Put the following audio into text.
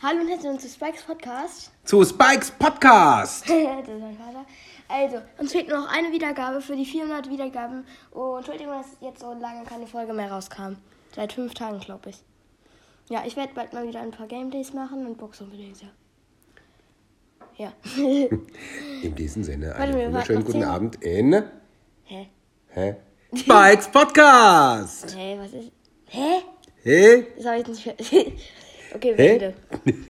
Hallo und herzlich willkommen zu Spikes Podcast. Zu Spikes Podcast. Das ist mein Vater. Also, uns fehlt nur noch eine Wiedergabe für die 400 Wiedergaben. Und Entschuldigung, dass jetzt so lange keine Folge mehr rauskam. Seit 5 Tagen, glaube ich. Ja, ich werde bald mal wieder ein paar Gameplays machen und Box unbedingt, ja. Ja. In diesem Sinne, Warte, einen wir wunderschönen warten noch guten 10. Abend in... Hä? Spikes Podcast. Hä, was ist... Hä? Hä? Das habe ich nicht... Okay, Hä? Ende.